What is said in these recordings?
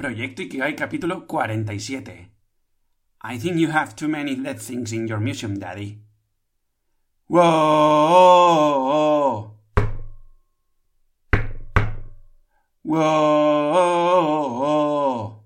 Proyecto Ikigai capítulo 47. I think you have too many dead things in your museum, Daddy. Whoa! Whoa!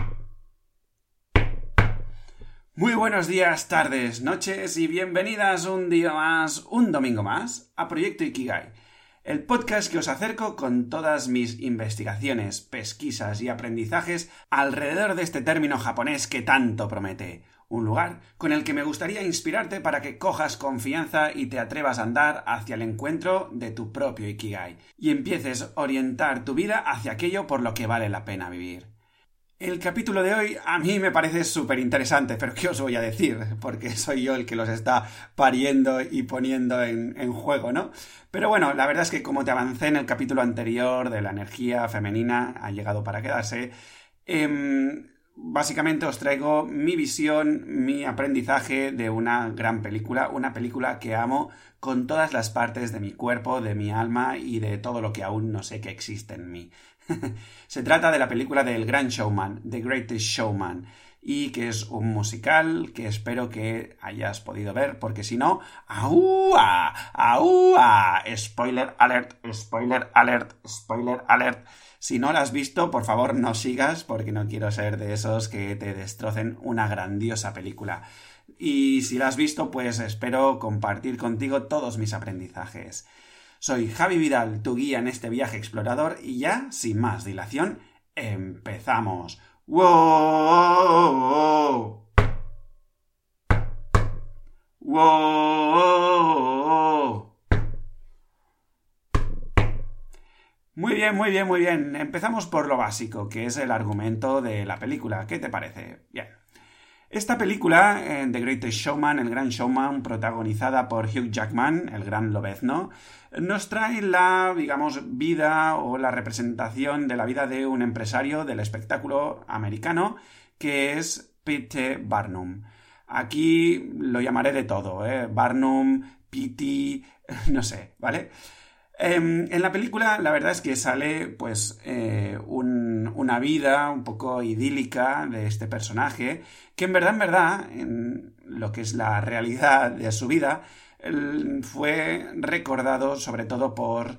Muy buenos días, tardes, noches y bienvenidas un día más, un domingo más, a Proyecto Ikigai, el podcast que os acerco con todas mis investigaciones, pesquisas y aprendizajes alrededor de este término japonés que tanto promete. Un lugar con el que me gustaría inspirarte para que cojas confianza y te atrevas a andar hacia el encuentro de tu propio Ikigai y empieces a orientar tu vida hacia aquello por lo que vale la pena vivir. El capítulo de hoy a mí me parece súper interesante, pero ¿qué os voy a decir? Porque soy yo el que los está pariendo y poniendo en juego, ¿no? Pero bueno, la verdad es que como te avancé en el capítulo anterior de la energía femenina, ha llegado para quedarse, básicamente os traigo mi visión, mi aprendizaje de una gran película, una película que amo con todas las partes de mi cuerpo, de mi alma y de todo lo que aún no sé que existe en mí. Se trata de la película del Gran Showman, The Greatest Showman, y que es un musical que espero que hayas podido ver, porque si no, ¡aúa! ¡aúa! Spoiler alert, spoiler alert, spoiler alert. Si no la has visto, por favor no sigas, porque no quiero ser de esos que te destrocen una grandiosa película. Y si la has visto, pues espero compartir contigo todos mis aprendizajes. Soy Javi Vidal, tu guía en este viaje explorador, y ya, sin más dilación, empezamos. ¡Wow! ¡Wow! Muy bien, muy bien, muy bien. Empezamos por lo básico, que es el argumento de la película. ¿Qué te parece? Bien. Esta película, The Greatest Showman, El Gran Showman, protagonizada por Hugh Jackman, el gran lobezno, nos trae la, digamos, vida o la representación de la vida de un empresario del espectáculo americano que es P.T. Barnum. Aquí lo llamaré de todo, Barnum, P.T., no sé, ¿vale? En la película la verdad es que sale pues una vida un poco idílica de este personaje que en verdad, en lo que es la realidad de su vida, fue recordado sobre todo por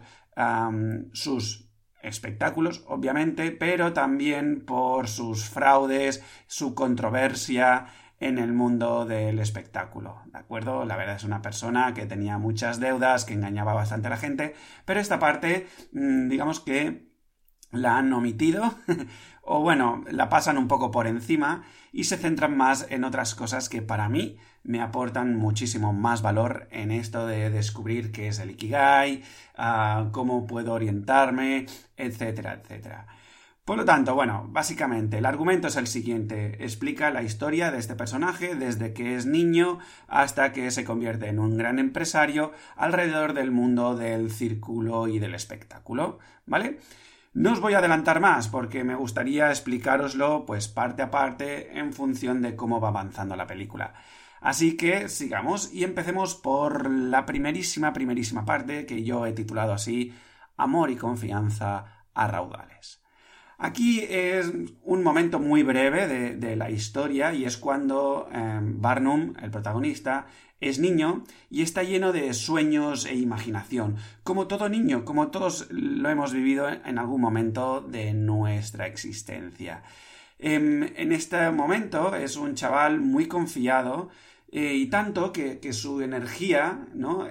sus espectáculos, obviamente, pero también por sus fraudes, su controversia en el mundo del espectáculo, ¿de acuerdo? La verdad es una persona que tenía muchas deudas, que engañaba bastante a la gente, pero esta parte, digamos que la han omitido, o bueno, la pasan un poco por encima y se centran más en otras cosas que para mí me aportan muchísimo más valor en esto de descubrir qué es el Ikigai, cómo puedo orientarme, etcétera, etcétera. Por lo tanto, bueno, básicamente el argumento es el siguiente. Explica la historia de este personaje desde que es niño hasta que se convierte en un gran empresario alrededor del mundo del círculo y del espectáculo, ¿vale? No os voy a adelantar más porque me gustaría explicároslo pues parte a parte en función de cómo va avanzando la película. Así que sigamos y empecemos por la primerísima parte que yo he titulado así Amor y confianza a raudales. Aquí es un momento muy breve de la historia y es cuando Barnum, el protagonista, es niño y está lleno de sueños e imaginación, como todo niño, como todos lo hemos vivido en algún momento de nuestra existencia. En este momento es un chaval muy confiado y tanto que su energía no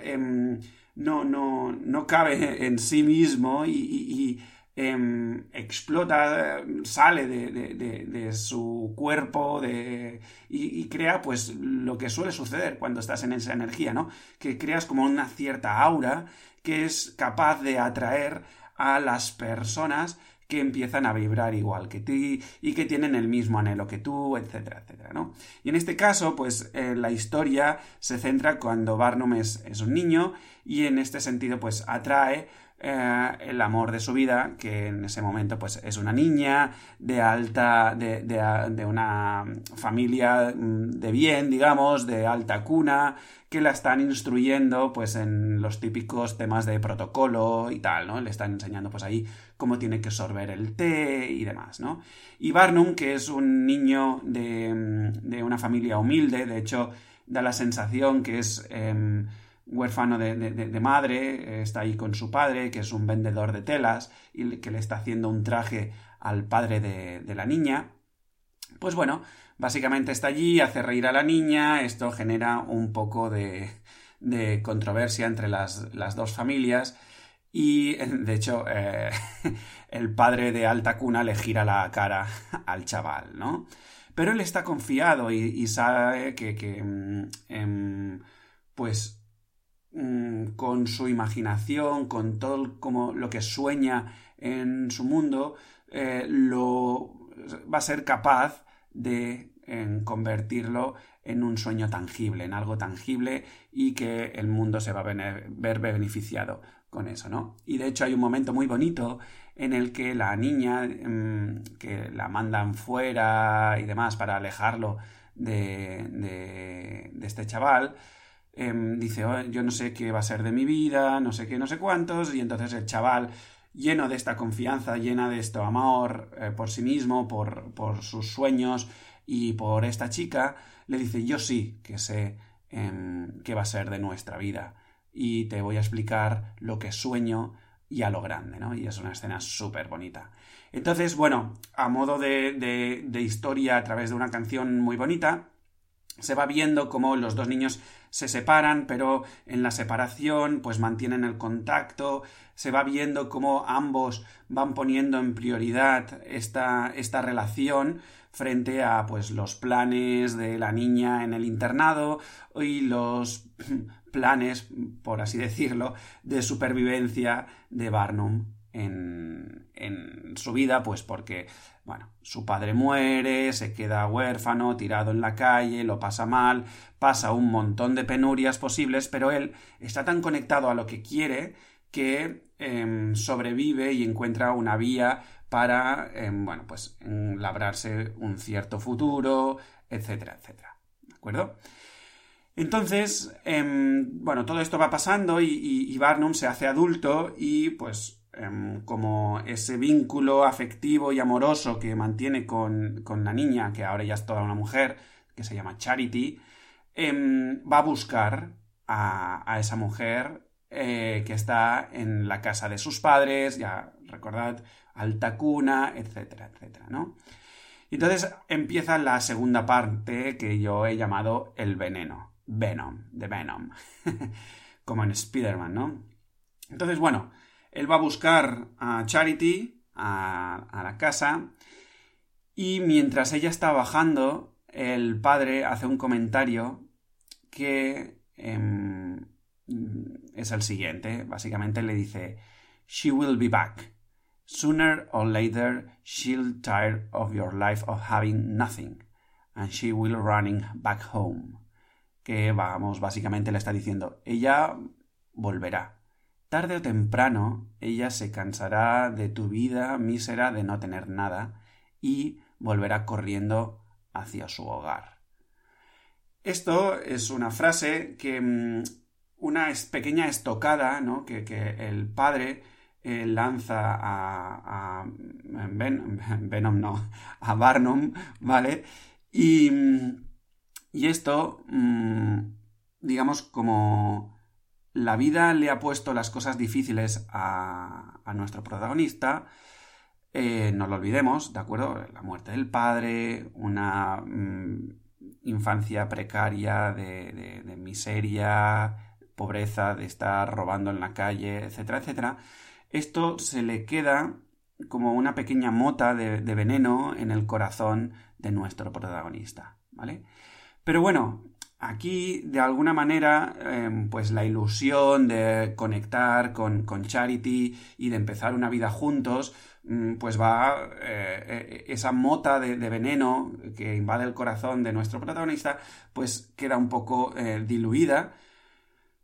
cabe en sí mismo y explota, sale de su cuerpo y crea pues lo que suele suceder cuando estás en esa energía, ¿no? Que creas como una cierta aura que es capaz de atraer a las personas que empiezan a vibrar igual que ti y que tienen el mismo anhelo que tú, etcétera, etcétera, ¿no? Y en este caso, pues la historia se centra cuando Barnum es un niño y en este sentido pues atrae el amor de su vida, que en ese momento pues es una niña de una familia de bien, digamos, de alta cuna, que la están instruyendo pues en los típicos temas de protocolo y tal, ¿no? Le están enseñando pues ahí cómo tiene que sorber el té y demás, ¿no? Y Barnum, que es un niño de una familia humilde, de hecho da la sensación que es huérfano de madre, está ahí con su padre, que es un vendedor de telas, y que le está haciendo un traje al padre de la niña. Pues bueno, básicamente está allí, hace reír a la niña, esto genera un poco de controversia entre las dos familias, y de hecho el padre de alta cuna le gira la cara al chaval, ¿no? Pero él está confiado y sabe pues con su imaginación, con todo como lo que sueña en su mundo, va a ser capaz de convertirlo en un sueño tangible, en algo tangible, y que el mundo se va a ver beneficiado con eso, ¿no? Y de hecho hay un momento muy bonito en el que la niña, que la mandan fuera y demás para alejarlo de este chaval, dice, oh, yo no sé qué va a ser de mi vida, no sé qué, no sé cuántos, y entonces el chaval, lleno de esta confianza, llena de este amor por sí mismo, por sus sueños y por esta chica, le dice, yo sí que sé qué va a ser de nuestra vida y te voy a explicar lo que sueño y a lo grande, ¿no? Y es una escena súper bonita. Entonces, bueno, a modo de historia a través de una canción muy bonita, se va viendo cómo los dos niños se separan, pero en la separación pues mantienen el contacto, se va viendo cómo ambos van poniendo en prioridad esta relación frente a pues los planes de la niña en el internado y los planes, por así decirlo, de supervivencia de Barnum en su vida, pues porque, bueno, su padre muere, se queda huérfano, tirado en la calle, lo pasa mal, pasa un montón de penurias posibles, pero él está tan conectado a lo que quiere que sobrevive y encuentra una vía para, bueno, pues labrarse un cierto futuro, etcétera, etcétera. ¿De acuerdo? Entonces, bueno, todo esto va pasando y Barnum se hace adulto y pues como ese vínculo afectivo y amoroso que mantiene con la niña, que ahora ya es toda una mujer, que se llama Charity, va a buscar a esa mujer que está en la casa de sus padres, ya recordad, alta cuna, etcétera, etcétera, ¿no? Entonces empieza la segunda parte que yo he llamado el veneno. Venom, de Venom. Como en Spider-Man, ¿no? Entonces, bueno, él va a buscar a Charity a la casa y mientras ella está bajando, el padre hace un comentario que es el siguiente. Básicamente le dice, "She will be back. Sooner or later she'll tire of your life of having nothing, and she will running back home." Que vamos, básicamente le está diciendo, ella volverá. Tarde o temprano, ella se cansará de tu vida mísera de no tener nada y volverá corriendo hacia su hogar. Esto es una frase que una pequeña estocada, ¿no? que el padre lanza a Venom, no, a Barnum, ¿vale? Y esto, digamos, como la vida le ha puesto las cosas difíciles a nuestro protagonista, no lo olvidemos, ¿de acuerdo? La muerte del padre, una infancia precaria de miseria, pobreza, de estar robando en la calle, etcétera, etcétera. Esto se le queda como una pequeña mota de veneno en el corazón de nuestro protagonista, ¿vale? Pero bueno, aquí de alguna manera pues la ilusión de conectar con Charity y de empezar una vida juntos, pues va esa mota de veneno que invade el corazón de nuestro protagonista, pues queda un poco diluida.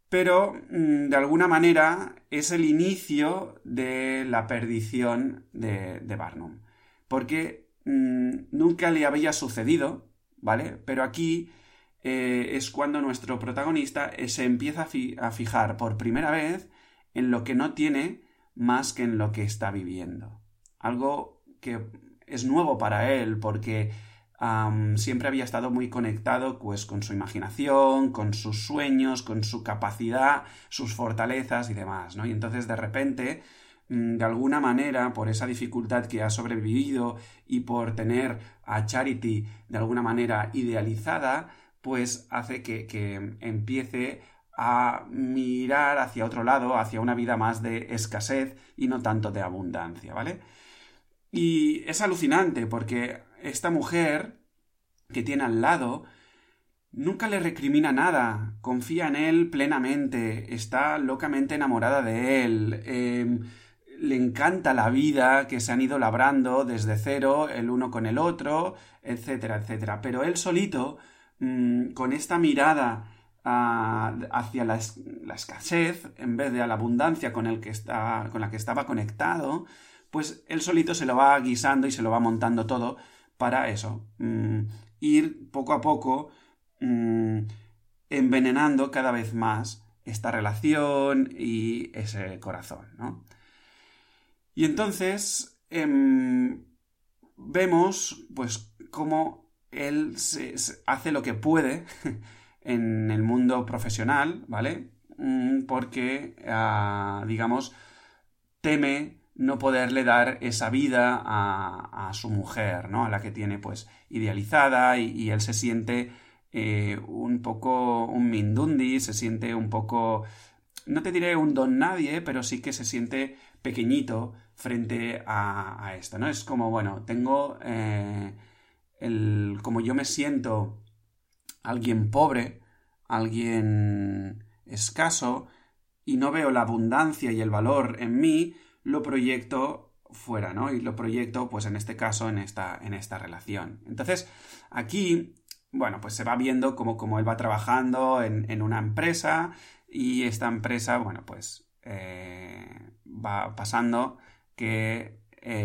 pero de alguna manera es el inicio de la perdición de Barnum, porque nunca le había sucedido, ¿vale? Pero aquí es cuando nuestro protagonista se empieza a fijar por primera vez en lo que no tiene más que en lo que está viviendo. Algo que es nuevo para él porque siempre había estado muy conectado pues, con su imaginación, con sus sueños, con su capacidad, sus fortalezas y demás, ¿no? Y entonces de repente, de alguna manera, por esa dificultad que ha sobrevivido y por tener a Charity de alguna manera idealizada, pues hace que empiece a mirar hacia otro lado, hacia una vida más de escasez y no tanto de abundancia, ¿vale? Y es alucinante porque esta mujer que tiene al lado nunca le recrimina nada, confía en él plenamente, está locamente enamorada de él, le encanta la vida que se han ido labrando desde cero, el uno con el otro, etcétera, etcétera. Pero él solito, con esta mirada hacia la escasez, en vez de a la abundancia con la que estaba conectado, pues él solito se lo va guisando y se lo va montando todo para eso, ir poco a poco envenenando cada vez más esta relación y ese corazón, ¿no? Y entonces vemos pues cómo él se hace lo que puede en el mundo profesional, ¿vale? Porque, digamos, teme no poderle dar esa vida a su mujer, ¿no? A la que tiene, pues, idealizada y él se siente un poco un mindundi, se siente un poco, no te diré un don nadie, pero sí que se siente pequeñito frente a esto, ¿no? Es como, bueno, tengo como yo me siento alguien pobre, alguien escaso, y no veo la abundancia y el valor en mí, lo proyecto fuera, ¿no? Y lo proyecto, pues en este caso, en esta relación. Entonces, aquí, bueno, pues se va viendo cómo él va trabajando en una empresa y esta empresa, bueno, pues va pasando que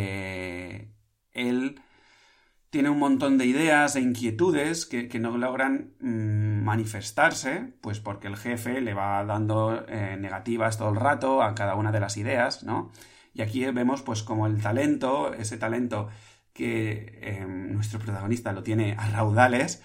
él tiene un montón de ideas e inquietudes que no logran manifestarse, pues porque el jefe le va dando negativas todo el rato a cada una de las ideas, ¿no? Y aquí vemos pues como el talento, ese talento que nuestro protagonista lo tiene a raudales,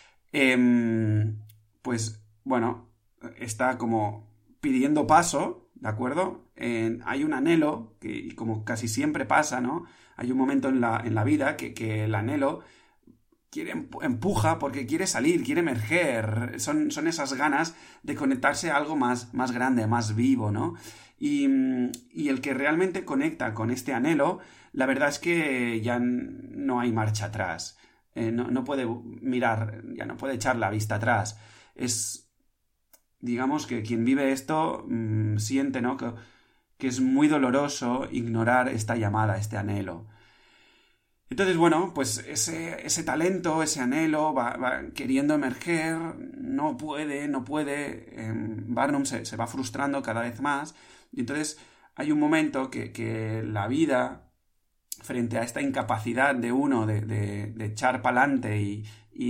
pues bueno, está como pidiendo paso, ¿de acuerdo? Hay un anhelo, y como casi siempre pasa, ¿no? Hay un momento en la vida que el anhelo empuja porque quiere salir, quiere emerger. Son esas ganas de conectarse a algo más grande, más vivo, ¿no? Y el que realmente conecta con este anhelo, la verdad es que ya no hay marcha atrás. No puede mirar, ya no puede echar la vista atrás. Digamos que quien vive esto siente, ¿no? Que es muy doloroso ignorar esta llamada, este anhelo. Entonces, bueno, pues ese talento, ese anhelo va queriendo emerger, no puede, Barnum se va frustrando cada vez más, y entonces hay un momento que la vida, frente a esta incapacidad de uno de echar pa'lante y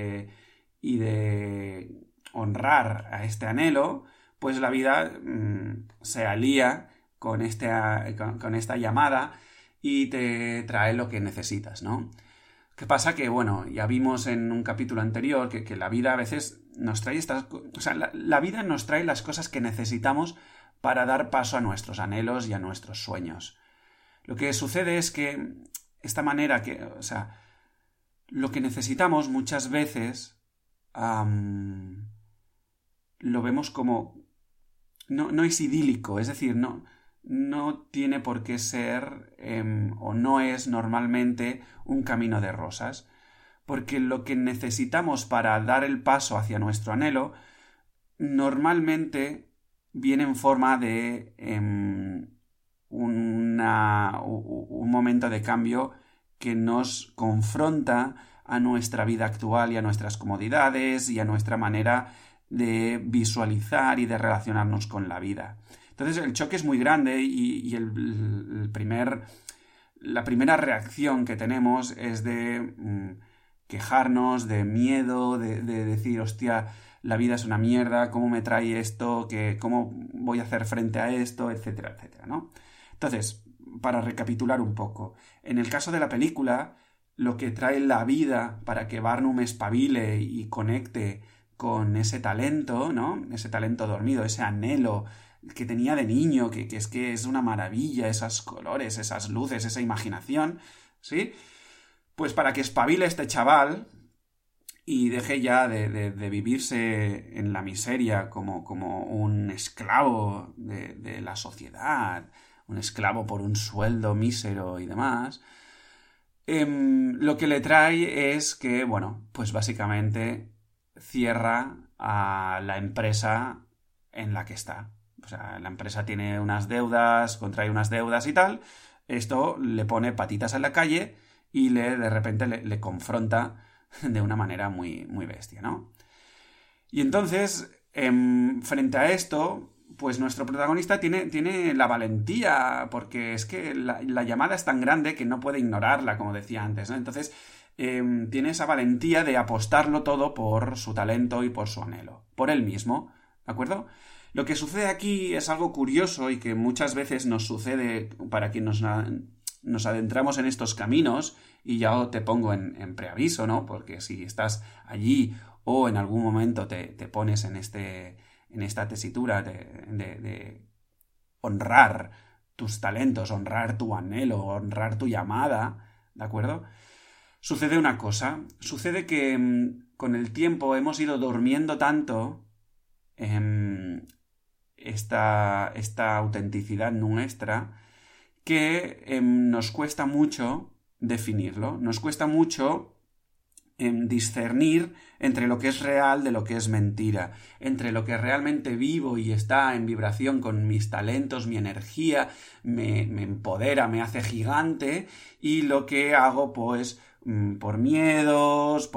de honrar a este anhelo, pues la vida se alía con esta llamada y te trae lo que necesitas, ¿no? ¿Qué pasa? Que, bueno, ya vimos en un capítulo anterior que la vida a veces nos trae la vida nos trae las cosas que necesitamos para dar paso a nuestros anhelos y a nuestros sueños. Lo que sucede es que esta manera lo que necesitamos muchas veces lo vemos como no es idílico, es decir, no tiene por qué ser o no es normalmente un camino de rosas, porque lo que necesitamos para dar el paso hacia nuestro anhelo normalmente viene en forma de un momento de cambio que nos confronta a nuestra vida actual y a nuestras comodidades y a nuestra manera de visualizar y de relacionarnos con la vida. Entonces el choque es muy grande y la primera reacción que tenemos es de quejarnos, de miedo, de decir, hostia, la vida es una mierda, ¿cómo me trae esto? ¿Cómo voy a hacer frente a esto? Etcétera, etcétera, ¿no? Entonces, para recapitular un poco, en el caso de la película, lo que trae la vida para que Barnum espabile y conecte con ese talento, ¿no? Ese talento dormido, ese anhelo que tenía de niño, que es una maravilla, esos colores, esas luces, esa imaginación, ¿sí? Pues para que espabile este chaval y deje ya de vivirse en la miseria como un esclavo de la sociedad, un esclavo por un sueldo mísero y demás, lo que le trae es que, bueno, pues básicamente cierra a la empresa en la que está. O sea, la empresa tiene unas deudas, contrae unas deudas y tal. Esto le pone patitas en la calle y de repente le confronta de una manera muy, muy bestia, ¿no? Y entonces, frente a esto, pues nuestro protagonista tiene la valentía, porque es que la llamada es tan grande que no puede ignorarla, como decía antes, ¿no? Entonces, tiene esa valentía de apostarlo todo por su talento y por su anhelo, por él mismo, ¿de acuerdo? Lo que sucede aquí es algo curioso y que muchas veces nos sucede para quienes nos adentramos en estos caminos, y ya te pongo en preaviso, ¿no? Porque si estás allí o en algún momento te pones en esta tesitura de honrar tus talentos, honrar tu anhelo, honrar tu llamada, ¿de acuerdo? Sucede una cosa, sucede que con el tiempo hemos ido durmiendo tanto esta autenticidad nuestra que nos cuesta mucho definirlo, nos cuesta mucho discernir entre lo que es real de lo que es mentira, entre lo que realmente vivo y está en vibración con mis talentos, mi energía, me empodera, me hace gigante, y lo que hago pues por miedos,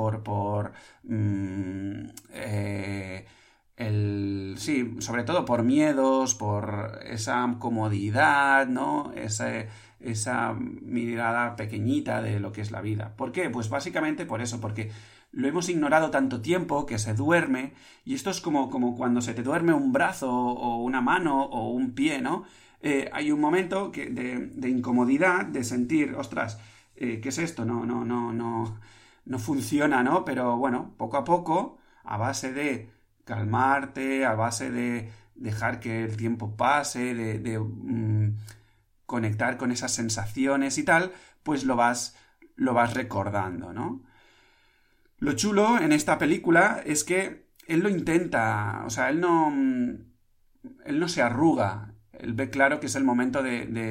sí, sobre todo por miedos, por esa comodidad, ¿no? Esa mirada pequeñita de lo que es la vida. ¿Por qué? Pues básicamente por eso, porque lo hemos ignorado tanto tiempo que se duerme, y esto es como cuando se te duerme un brazo o una mano o un pie, ¿no? Hay un momento de incomodidad, de sentir, ostras, ¿qué es esto? No funciona, ¿no? Pero bueno, poco a poco, a base de calmarte, a base de dejar que el tiempo pase, de conectar con esas sensaciones y tal, pues lo vas recordando, ¿no? Lo chulo en esta película es que él lo intenta, o sea, él no se arruga, él ve claro que es el momento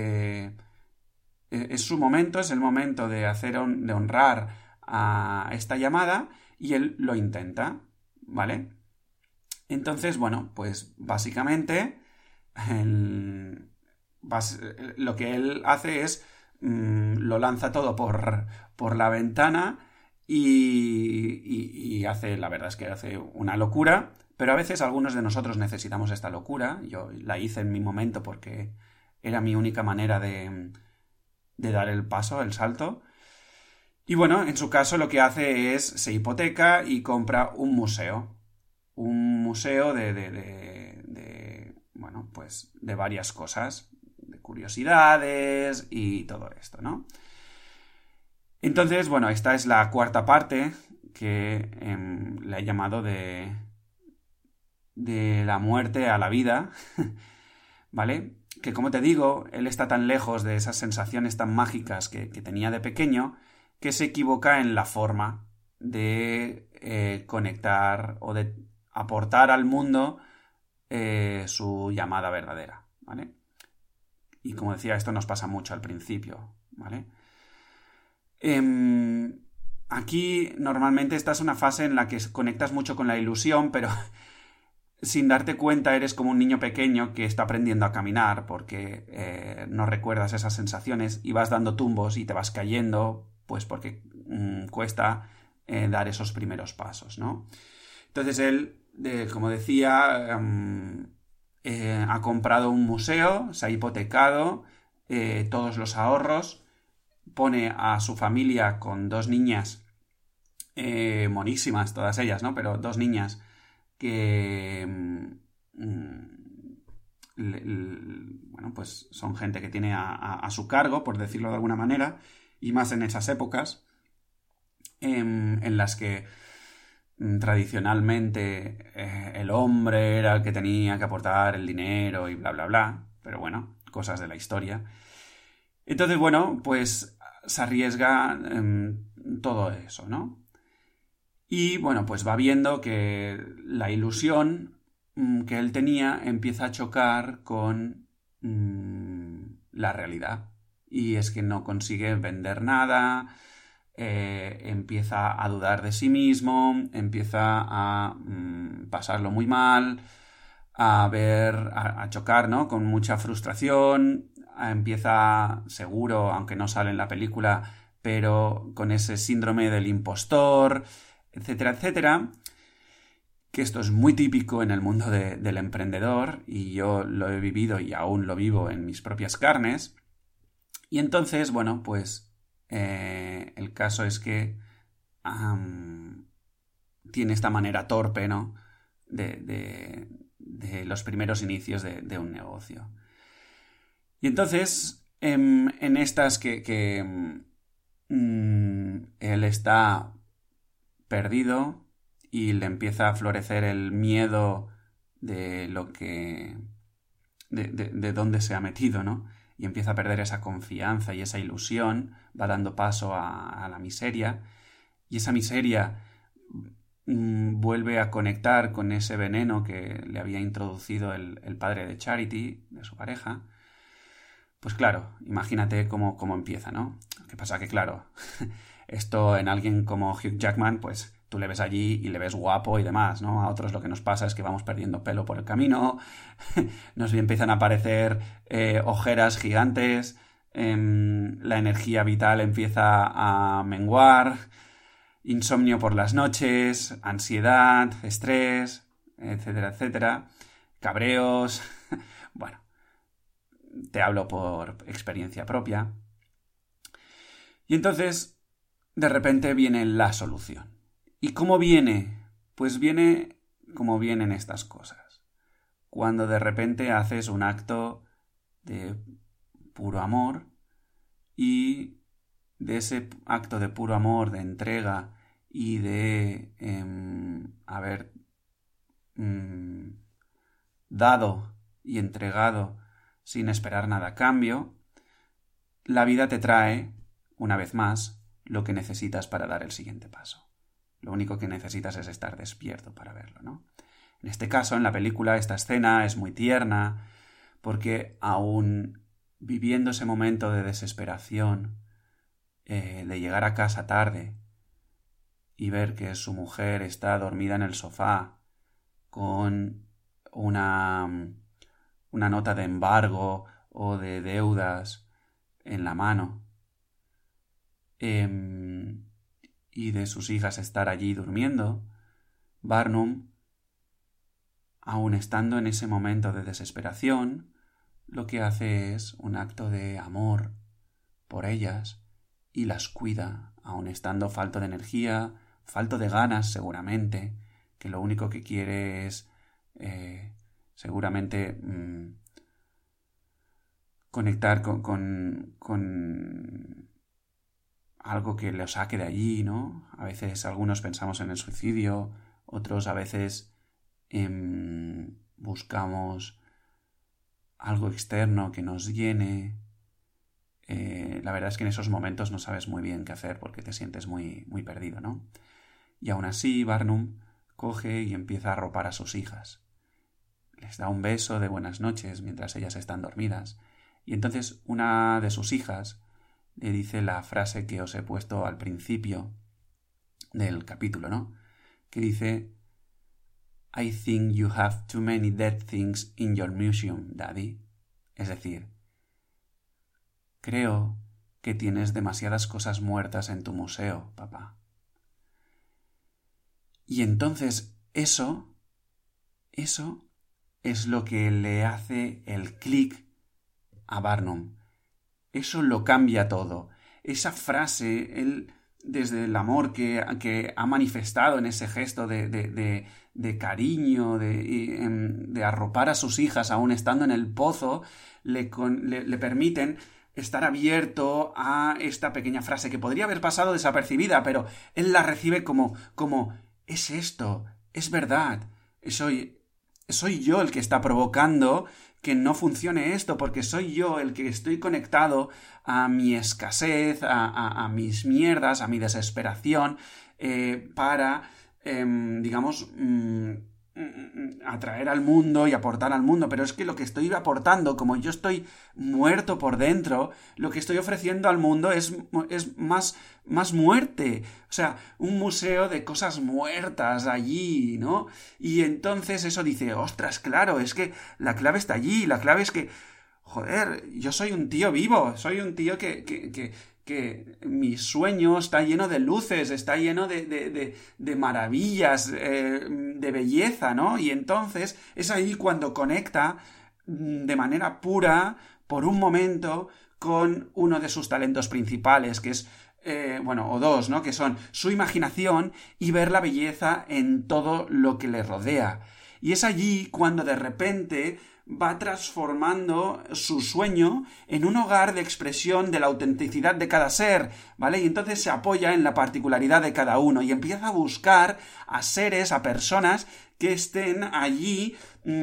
es su momento, es el momento de honrar a esta llamada, y él lo intenta, ¿vale? Entonces, bueno, pues básicamente lo que él hace es lo lanza todo por la ventana y hace, la verdad es que hace una locura, pero a veces algunos de nosotros necesitamos esta locura. Yo la hice en mi momento porque era mi única manera de dar el paso, el salto. Y bueno, en su caso lo que hace es se hipoteca y compra un museo. Un museo bueno, pues de varias cosas, de curiosidades y todo esto, ¿no? Entonces, bueno, esta es la cuarta parte que le he llamado de la muerte a la vida, ¿vale? Que, como te digo, él está tan lejos de esas sensaciones tan mágicas que tenía de pequeño, que se equivoca en la forma de conectar o de aportar al mundo su llamada verdadera, ¿vale? Y como decía, esto nos pasa mucho al principio, ¿vale? Aquí normalmente esta es una fase en la que conectas mucho con la ilusión, pero sin darte cuenta eres como un niño pequeño que está aprendiendo a caminar porque no recuerdas esas sensaciones y vas dando tumbos y te vas cayendo, pues porque cuesta dar esos primeros pasos, ¿no? Entonces él como decía, ha comprado un museo, se ha hipotecado todos los ahorros, pone a su familia con dos niñas monísimas, todas ellas, ¿no? Pero dos niñas que bueno, pues son gente que tiene a su cargo, por decirlo de alguna manera, y más en esas épocas en las que tradicionalmente el hombre era el que tenía que aportar el dinero y bla bla bla, pero bueno, cosas de la historia. Entonces, bueno, pues se arriesga todo eso, ¿no? Y bueno, pues va viendo que la ilusión que él tenía empieza a chocar con la realidad. Y es que no consigue vender nada, empieza a dudar de sí mismo, empieza a pasarlo muy mal, a chocar, ¿no? Con mucha frustración, empieza seguro, aunque no sale en la película, pero con ese síndrome del impostor, etcétera, etcétera, que esto es muy típico en el mundo del emprendedor y yo lo he vivido y aún lo vivo en mis propias carnes. Y entonces, bueno, pues el caso es que tiene esta manera torpe, ¿no? De los primeros inicios de un negocio. Y entonces, en estas que él está perdido y le empieza a florecer el miedo de lo que de dónde se ha metido, ¿no? Y empieza a perder esa confianza y esa ilusión, va dando paso a la miseria, y esa miseria vuelve a conectar con ese veneno que le había introducido el padre de Charity, de su pareja. Pues claro, imagínate cómo empieza, ¿no? ¿Qué pasa? Que claro, esto en alguien como Hugh Jackman, pues tú le ves allí y le ves guapo y demás, ¿no? A otros lo que nos pasa es que vamos perdiendo pelo por el camino, nos empiezan a aparecer ojeras gigantes, la energía vital empieza a menguar, insomnio por las noches, ansiedad, estrés, etcétera, etcétera, cabreos, bueno, te hablo por experiencia propia. Y entonces, de repente viene la solución. ¿Y cómo viene? Pues viene como vienen estas cosas. Cuando de repente haces un acto de puro amor y de ese acto de puro amor, de entrega y de haber dado y entregado sin esperar nada a cambio, la vida te trae, una vez más, lo que necesitas para dar el siguiente paso. Lo único que necesitas es estar despierto para verlo, ¿no? En este caso, en la película, esta escena es muy tierna porque aún viviendo ese momento de desesperación, de llegar a casa tarde y ver que su mujer está dormida en el sofá con una nota de embargo o de deudas en la mano, y de sus hijas estar allí durmiendo, Barnum, aun estando en ese momento de desesperación, lo que hace es un acto de amor por ellas y las cuida, aun estando falto de energía, falto de ganas seguramente, que lo único que quiere es seguramente conectar con algo que lo saque de allí, ¿no? A veces algunos pensamos en el suicidio, otros a veces buscamos algo externo que nos llene. La verdad es que en esos momentos no sabes muy bien qué hacer porque te sientes muy, muy perdido, ¿no? Y aún así Barnum coge y empieza a arropar a sus hijas. Les da un beso de buenas noches mientras ellas están dormidas. Y entonces una de sus hijas le dice la frase que os he puesto al principio del capítulo, ¿no? Que dice: I think you have too many dead things in your museum, Daddy. Es decir, creo que tienes demasiadas cosas muertas en tu museo, papá. Y entonces eso Eso es lo que le hace el clic a Barnum. Eso lo cambia todo. Esa frase, él, desde el amor que ha manifestado en ese gesto de cariño, de arropar a sus hijas aún estando en el pozo, le permiten estar abierto a esta pequeña frase que podría haber pasado desapercibida, pero él la recibe como es esto, es verdad, soy yo el que está provocando que no funcione esto, porque soy yo el que estoy conectado a mi escasez, a mis mierdas, a mi desesperación, para, digamos, atraer al mundo y aportar al mundo. Pero es que lo que estoy aportando, como yo estoy muerto por dentro, lo que estoy ofreciendo al mundo es más muerte. O sea, un museo de cosas muertas allí, ¿no? Y entonces eso dice, ostras, claro, es que la clave está allí, la clave es que, joder, yo soy un tío vivo, soy un tío que mi sueño está lleno de luces, está lleno de maravillas, de belleza, ¿no? Y entonces es ahí cuando conecta de manera pura, por un momento, con uno de sus talentos principales, que es, o dos, ¿no? Que son su imaginación y ver la belleza en todo lo que le rodea. Y es allí cuando de repente va transformando su sueño en un hogar de expresión de la autenticidad de cada ser, ¿vale? Y entonces se apoya en la particularidad de cada uno y empieza a buscar a seres, a personas que estén allí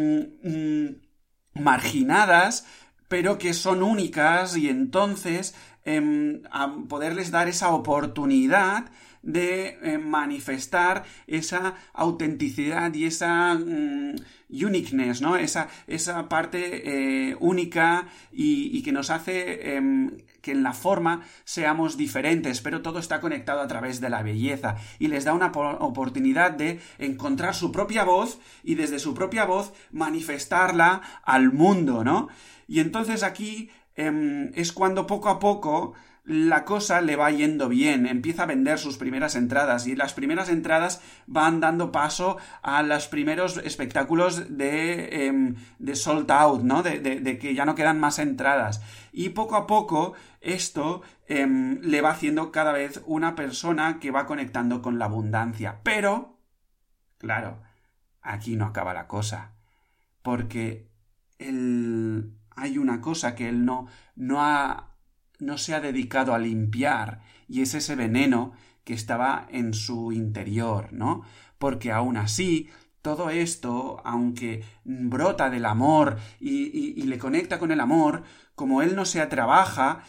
marginadas, pero que son únicas, y entonces a poderles dar esa oportunidad de manifestar esa autenticidad y esa uniqueness, ¿no? Esa parte única y que nos hace que en la forma seamos diferentes, pero todo está conectado a través de la belleza, y les da una oportunidad de encontrar su propia voz y desde su propia voz manifestarla al mundo, ¿no? Y entonces aquí es cuando poco a poco la cosa le va yendo bien, empieza a vender sus primeras entradas, y las primeras entradas van dando paso a los primeros espectáculos de sold out, ¿no? De que ya no quedan más entradas. Y poco a poco esto le va haciendo cada vez una persona que va conectando con la abundancia. Pero, claro, aquí no acaba la cosa, porque hay una cosa que él no se ha dedicado a limpiar, y es ese veneno que estaba en su interior, ¿no? Porque aún así, todo esto, aunque brota del amor y le conecta con el amor, como él no se trabaja,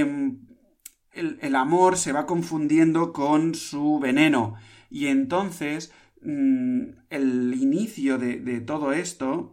el amor se va confundiendo con su veneno, y entonces el inicio de todo esto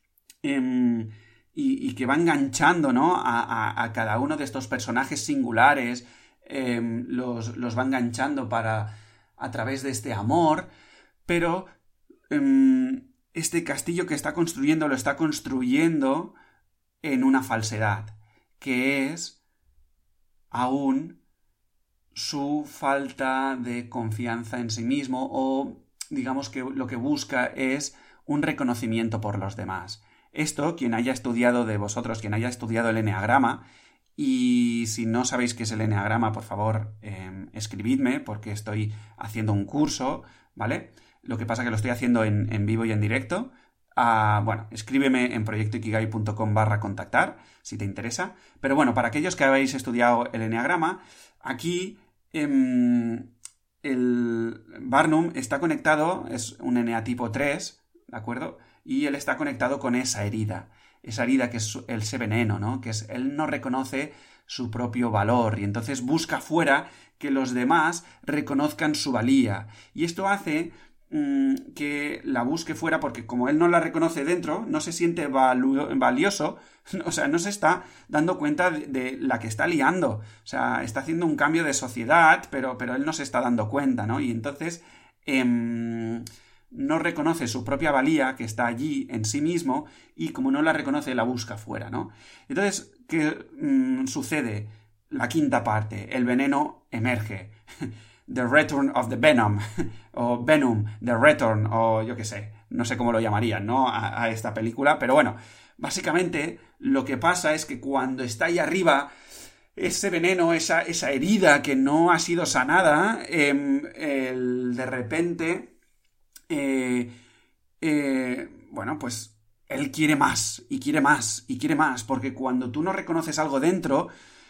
y que va enganchando, ¿no? a cada uno de estos personajes singulares, los va enganchando a través de este amor, pero este castillo que está construyendo lo está construyendo en una falsedad, que es aún su falta de confianza en sí mismo, o digamos que lo que busca es un reconocimiento por los demás. Esto, quien haya estudiado de vosotros, quien haya estudiado el eneagrama, y si no sabéis qué es el eneagrama, por favor, escribidme, porque estoy haciendo un curso, ¿vale? Lo que pasa es que lo estoy haciendo en vivo y en directo. Escríbeme en proyectoikigai.com/contactar, si te interesa. Pero bueno, para aquellos que habéis estudiado el eneagrama, aquí el Barnum está conectado, es un eneatipo 3, ¿de acuerdo? Y él está conectado con esa herida que es ese veneno, ¿no? Que es, él no reconoce su propio valor, y entonces busca fuera que los demás reconozcan su valía. Y esto hace que la busque fuera, porque como él no la reconoce dentro, no se siente valioso, o sea, no se está dando cuenta de la que está liando. O sea, está haciendo un cambio de sociedad, pero él no se está dando cuenta, ¿no? Y entonces no reconoce su propia valía, que está allí en sí mismo, y como no la reconoce, la busca fuera, ¿no? Entonces, ¿qué sucede? La quinta parte, el veneno emerge. The Return of the Venom, o Venom, The Return, o yo qué sé, no sé cómo lo llamarían, ¿no? A esta película, pero bueno, básicamente lo que pasa es que cuando está ahí arriba, ese veneno, esa herida que no ha sido sanada, de repente, bueno, pues él quiere más, y quiere más, y quiere más, porque cuando tú no reconoces algo dentro,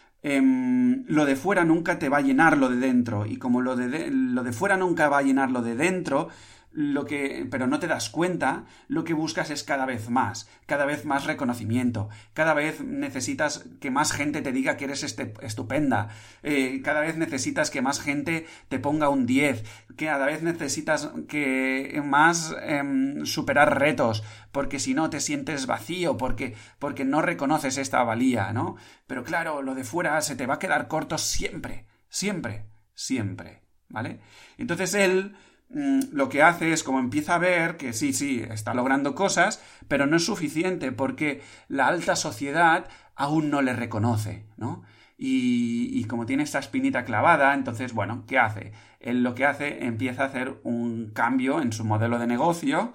lo de fuera nunca te va a llenar lo de dentro, y como lo de fuera nunca va a llenar lo de dentro, pero no te das cuenta, lo que buscas es cada vez más reconocimiento, cada vez necesitas que más gente te diga que eres estupenda, cada vez necesitas que más gente te ponga un 10, cada vez necesitas que más superar retos, porque si no te sientes vacío, porque no reconoces esta valía, ¿no? Pero claro, lo de fuera se te va a quedar corto siempre, siempre, siempre, ¿vale? Entonces él lo que hace es, como empieza a ver que sí, está logrando cosas, pero no es suficiente porque la alta sociedad aún no le reconoce, ¿no? Y como tiene esta espinita clavada, entonces, bueno, ¿qué hace? Él lo que hace, empieza a hacer un cambio en su modelo de negocio,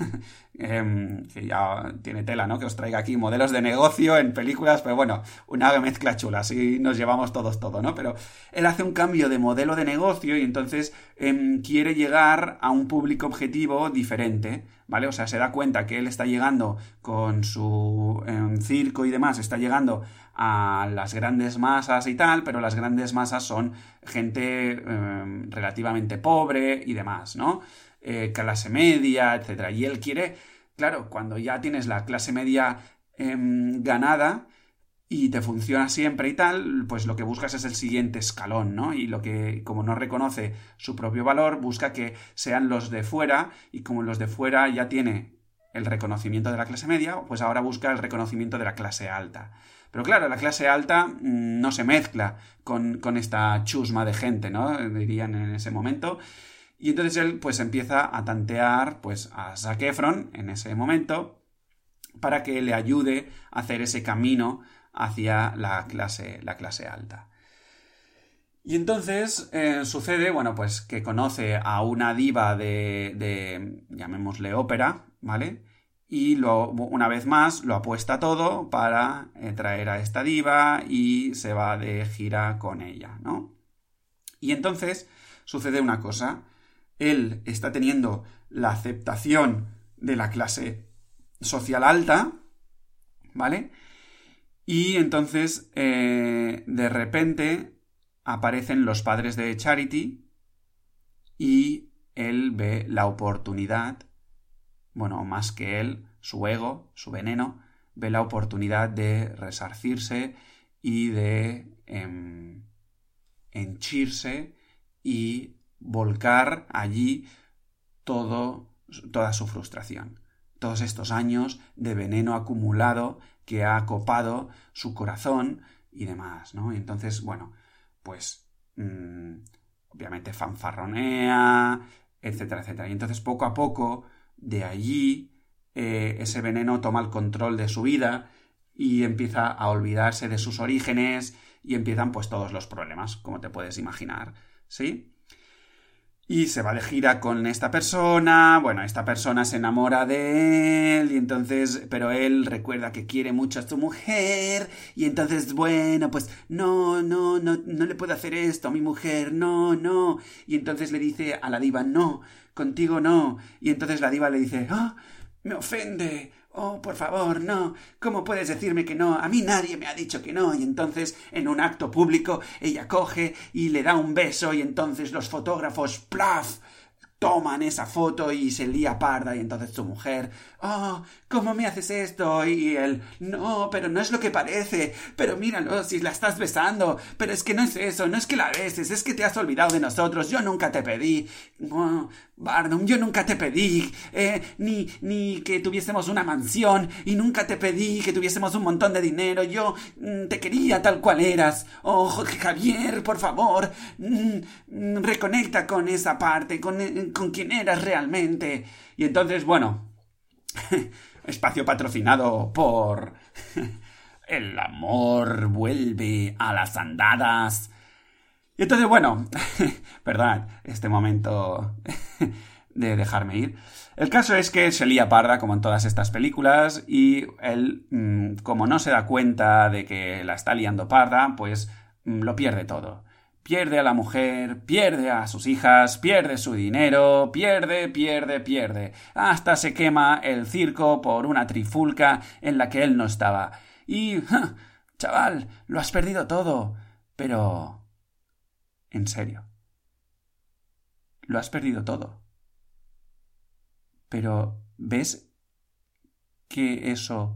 que ya tiene tela, ¿no? Que os traiga aquí modelos de negocio en películas, pero bueno, una mezcla chula, así nos llevamos todos todo, ¿no? Pero él hace un cambio de modelo de negocio y entonces quiere llegar a un público objetivo diferente, ¿vale? O sea, se da cuenta que él está llegando con su circo y demás, está llegando a las grandes masas y tal, pero las grandes masas son gente relativamente pobre y demás, ¿no? Clase media, etcétera. Y él quiere, claro, cuando ya tienes la clase media ganada y te funciona siempre y tal, pues lo que buscas es el siguiente escalón, ¿no? Y lo que, como no reconoce su propio valor, busca que sean los de fuera, y como los de fuera ya tiene el reconocimiento de la clase media, pues ahora busca el reconocimiento de la clase alta. Pero claro, la clase alta no se mezcla con esta chusma de gente, ¿no? Dirían en ese momento. Y entonces él pues empieza a tantear pues a Zac Efron en ese momento para que le ayude a hacer ese camino hacia la clase alta. Y entonces sucede, bueno, pues que conoce a una diva de llamémosle ópera, ¿vale? Y una vez más lo apuesta todo para traer a esta diva y se va de gira con ella, ¿no? Y entonces sucede una cosa. Él está teniendo la aceptación de la clase social alta, ¿vale? Y entonces, de repente, aparecen los padres de Charity y él ve la oportunidad, bueno, más que él, su ego, su veneno, ve la oportunidad de resarcirse y de henchirse y volcar allí toda su frustración. Todos estos años de veneno acumulado que ha copado su corazón y demás, ¿no? Y entonces, bueno, pues obviamente fanfarronea, etcétera, etcétera. Y entonces poco a poco, de allí, ese veneno toma el control de su vida y empieza a olvidarse de sus orígenes y empiezan pues todos los problemas, como te puedes imaginar, ¿sí? Y se va de gira con esta persona, bueno, esta persona se enamora de él, y entonces, pero él recuerda que quiere mucho a su mujer, y entonces, bueno, pues no le puedo hacer esto a mi mujer, no, y entonces le dice a la diva, no, contigo no, y entonces la diva le dice, me ofende, por favor, no, ¿cómo puedes decirme que no? A mí nadie me ha dicho que no. Y entonces, en un acto público, ella coge y le da un beso y entonces los fotógrafos, ¡plaf!, toman esa foto y se lía parda y entonces su mujer, ¿cómo me haces esto? Y él, no, pero no es lo que parece, pero míralo, si la estás besando, pero es que no es eso, no es que la beses, es que te has olvidado de nosotros, yo nunca te pedí, Barnum, yo nunca te pedí ni que tuviésemos una mansión y nunca te pedí que tuviésemos un montón de dinero, yo te quería tal cual eras, Javier, por favor, reconecta con esa parte, con quien eras realmente. Y entonces, bueno, espacio patrocinado por El amor vuelve a las andadas. Y entonces, bueno, perdonad, este momento de dejarme ir. El caso es que se lía parda, como en todas estas películas, y él, como no se da cuenta de que la está liando parda, pues lo pierde todo. Pierde a la mujer, pierde a sus hijas, pierde su dinero, pierde. Hasta se quema el circo por una trifulca en la que él no estaba. Y, chaval, lo has perdido todo. Pero... en serio. Lo has perdido todo. Pero, ¿ves que eso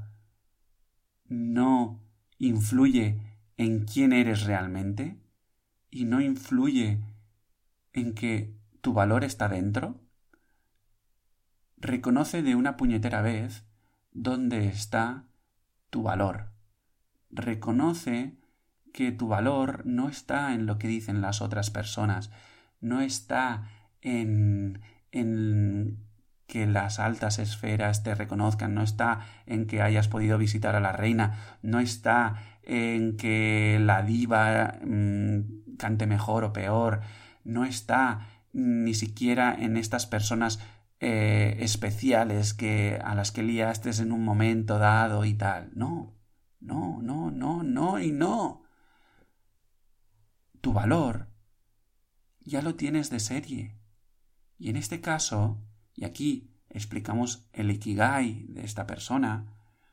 no influye en quién eres realmente? ¿Y no influye en que tu valor está dentro? Reconoce de una puñetera vez dónde está tu valor. Reconoce que tu valor no está en lo que dicen las otras personas, no está en que las altas esferas te reconozcan, no está en que hayas podido visitar a la reina, no está en que la diva cante mejor o peor, no está ni siquiera en estas personas especiales a las que liaste en un momento dado y tal. No. Tu valor ya lo tienes de serie. Y en este caso, y aquí explicamos el ikigai de esta persona,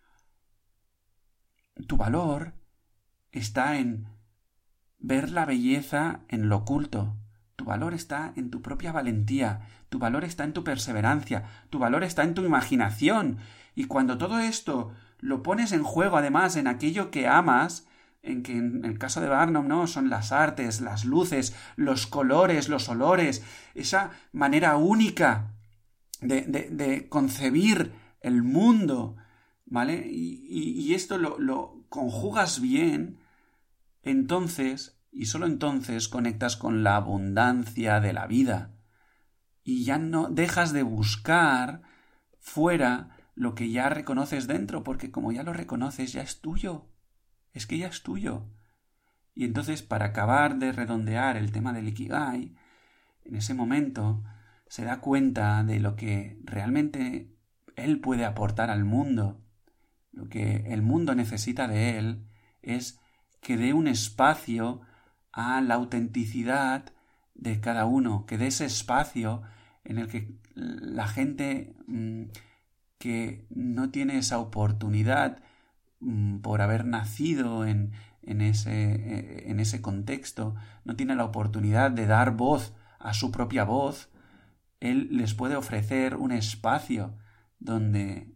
tu valor está en ver la belleza en lo oculto. Tu valor está en tu propia valentía, tu valor está en tu perseverancia, tu valor está en tu imaginación. Y cuando todo esto lo pones en juego, además, en aquello que amas, en que en el caso de Barnum, ¿no? Son las artes, las luces, los colores, los olores, esa manera única de concebir el mundo, ¿vale? Y esto lo conjugas bien, entonces, y solo entonces, conectas con la abundancia de la vida. Y ya no dejas de buscar fuera lo que ya reconoces dentro, porque como ya lo reconoces, ya es tuyo. Es que ya es tuyo. Y entonces, para acabar de redondear el tema del Ikigai, en ese momento se da cuenta de lo que realmente él puede aportar al mundo. Lo que el mundo necesita de él es que dé un espacio a la autenticidad de cada uno, que dé ese espacio en el que la gente que no tiene esa oportunidad por haber nacido en ese contexto, no tiene la oportunidad de dar voz a su propia voz, él les puede ofrecer un espacio donde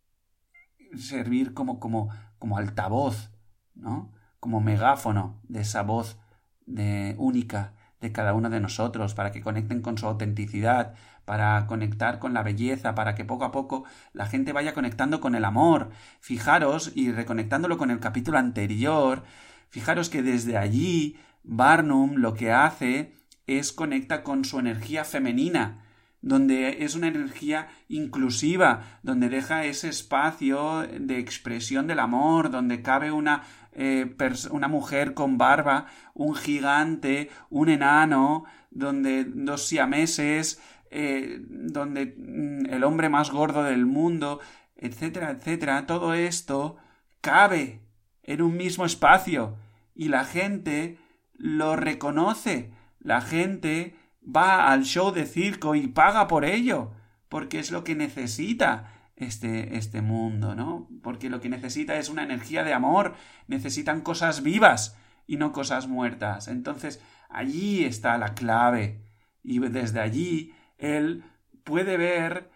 servir como altavoz, ¿no? Como megáfono de esa voz única de cada uno de nosotros, para que conecten con su autenticidad, para conectar con la belleza, para que poco a poco la gente vaya conectando con el amor. Fijaros, y reconectándolo con el capítulo anterior, fijaros que desde allí Barnum lo que hace es conecta con su energía femenina, donde es una energía inclusiva, donde deja ese espacio de expresión del amor, donde cabe una mujer con barba, un gigante, un enano, donde dos siameses, donde el hombre más gordo del mundo, etcétera, etcétera. Todo esto cabe en un mismo espacio y la gente lo reconoce, la gente va al show de circo y paga por ello, porque es lo que necesita este mundo, ¿no? Porque lo que necesita es una energía de amor, necesitan cosas vivas y no cosas muertas. Entonces, allí está la clave, y desde allí él puede ver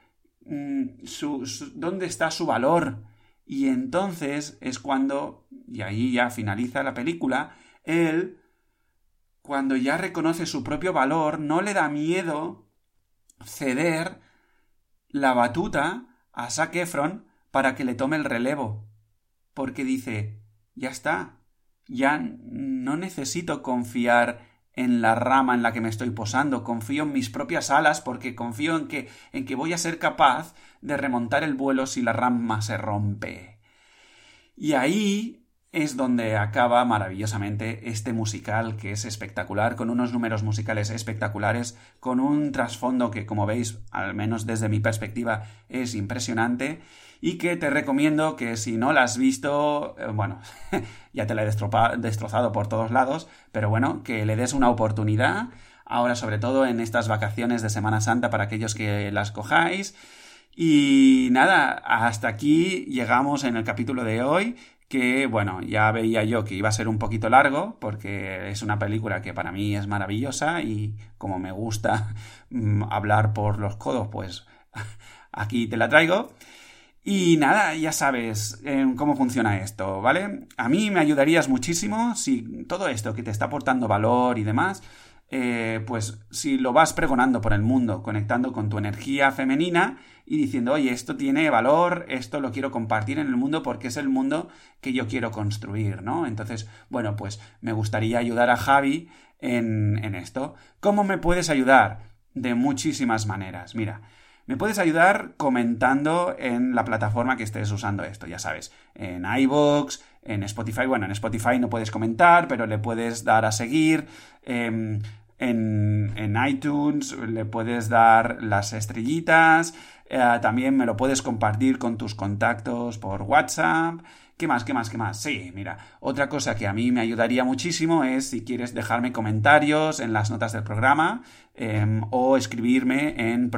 dónde está su valor, y entonces es cuando, y ahí ya finaliza la película, él, cuando ya reconoce su propio valor, no le da miedo ceder la batuta a Zac Efron para que le tome el relevo, porque dice, ya está, ya no necesito confiar en la rama en la que me estoy posando, confío en mis propias alas, porque confío en que voy a ser capaz de remontar el vuelo si la rama se rompe. Y ahí es donde acaba maravillosamente este musical, que es espectacular, con unos números musicales espectaculares, con un trasfondo que, como veis, al menos desde mi perspectiva, es impresionante, y que te recomiendo que si no la has visto, bueno, ya te la he destrozado por todos lados, pero bueno, que le des una oportunidad, ahora sobre todo en estas vacaciones de Semana Santa para aquellos que las cojáis. Y nada, hasta aquí llegamos en el capítulo de hoy, que bueno, ya veía yo que iba a ser un poquito largo, porque es una película que para mí es maravillosa y como me gusta hablar por los codos, pues aquí te la traigo. Y nada, ya sabes cómo funciona esto, ¿vale? A mí me ayudarías muchísimo si todo esto que te está aportando valor y demás, pues si lo vas pregonando por el mundo, conectando con tu energía femenina y diciendo, oye, esto tiene valor, esto lo quiero compartir en el mundo porque es el mundo que yo quiero construir, ¿no? Entonces, bueno, pues me gustaría ayudar a Javi en esto. ¿Cómo me puedes ayudar? De muchísimas maneras. Mira, me puedes ayudar comentando en la plataforma que estés usando esto, ya sabes, en iVoox, en Spotify. Bueno, en Spotify no puedes comentar, pero le puedes dar a seguir. En iTunes le puedes dar las estrellitas. También me lo puedes compartir con tus contactos por WhatsApp. ¿Qué más? Sí, mira, otra cosa que a mí me ayudaría muchísimo es si quieres dejarme comentarios en las notas del programa o escribirme en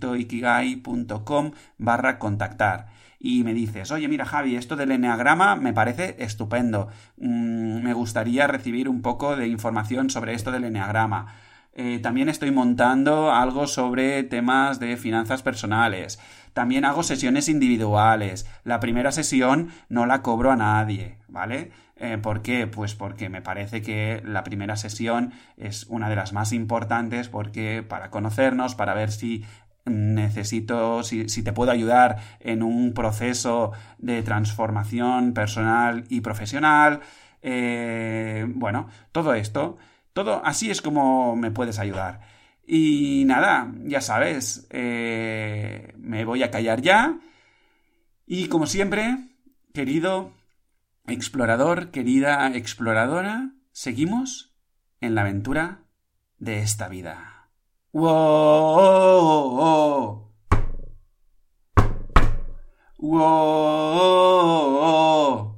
proyectoikigai.com/contactar. Y me dices, oye, mira, Javi, esto del eneagrama me parece estupendo. Me gustaría recibir un poco de información sobre esto del eneagrama. También estoy montando algo sobre temas de finanzas personales. También hago sesiones individuales. La primera sesión no la cobro a nadie, ¿vale? ¿Por qué? Pues porque me parece que la primera sesión es una de las más importantes porque para conocernos, para ver si si te puedo ayudar en un proceso de transformación personal y profesional. Bueno, todo esto, todo así es como me puedes ayudar. Y nada, ya sabes, me voy a callar ya. Y como siempre, querido explorador, querida exploradora, seguimos en la aventura de esta vida. ¡Wow! ¡Wow!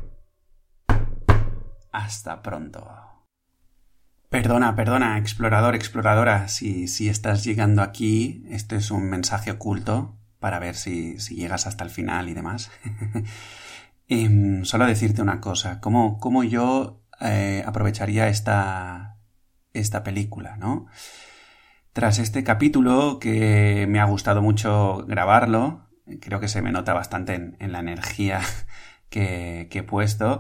Hasta pronto. Perdona, explorador, exploradora, si estás llegando aquí, este es un mensaje oculto para ver si llegas hasta el final y demás. Solo decirte una cosa, ¿cómo yo aprovecharía esta película, ¿no? Tras este capítulo, que me ha gustado mucho grabarlo, creo que se me nota bastante en la energía que he puesto.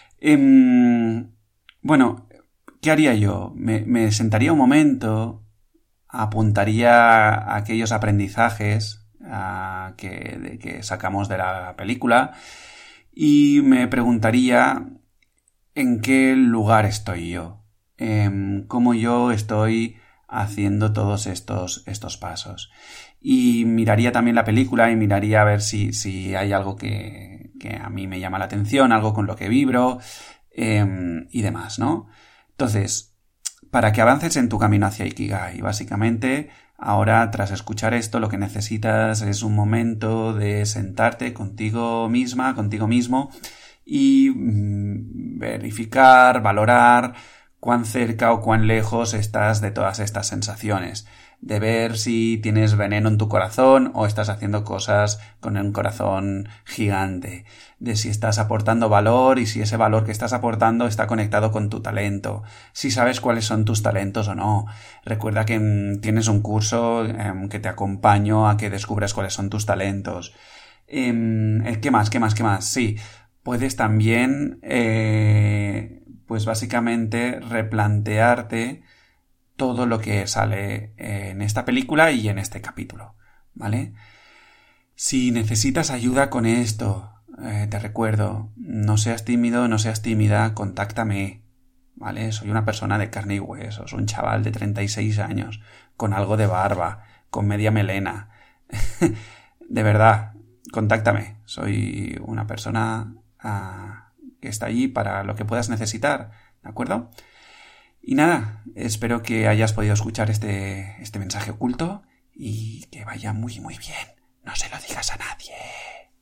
Bueno, ¿qué haría yo? Me sentaría un momento, apuntaría aquellos aprendizajes que sacamos de la película y me preguntaría en qué lugar estoy yo, cómo yo estoy haciendo todos estos pasos. Y miraría también la película y miraría a ver si hay algo que a mí me llama la atención, algo con lo que vibro y demás, ¿no? Entonces, para que avances en tu camino hacia Ikigai, básicamente, ahora, tras escuchar esto, lo que necesitas es un momento de sentarte contigo misma, contigo mismo y verificar, valorar cuán cerca o cuán lejos estás de todas estas sensaciones, de ver si tienes veneno en tu corazón o estás haciendo cosas con un corazón gigante, de si estás aportando valor y si ese valor que estás aportando está conectado con tu talento, si sabes cuáles son tus talentos o no. Recuerda que tienes un curso que te acompaño a que descubras cuáles son tus talentos. ¿Qué más? Sí, puedes también pues básicamente replantearte todo lo que sale en esta película y en este capítulo, ¿vale? Si necesitas ayuda con esto, te recuerdo, no seas tímido, no seas tímida, contáctame, ¿vale? Soy una persona de carne y hueso, soy un chaval de 36 años, con algo de barba, con media melena. De verdad, contáctame, soy una persona que está allí para lo que puedas necesitar, ¿de acuerdo? Y nada, espero que hayas podido escuchar este mensaje oculto y que vaya muy muy bien. No se lo digas a nadie.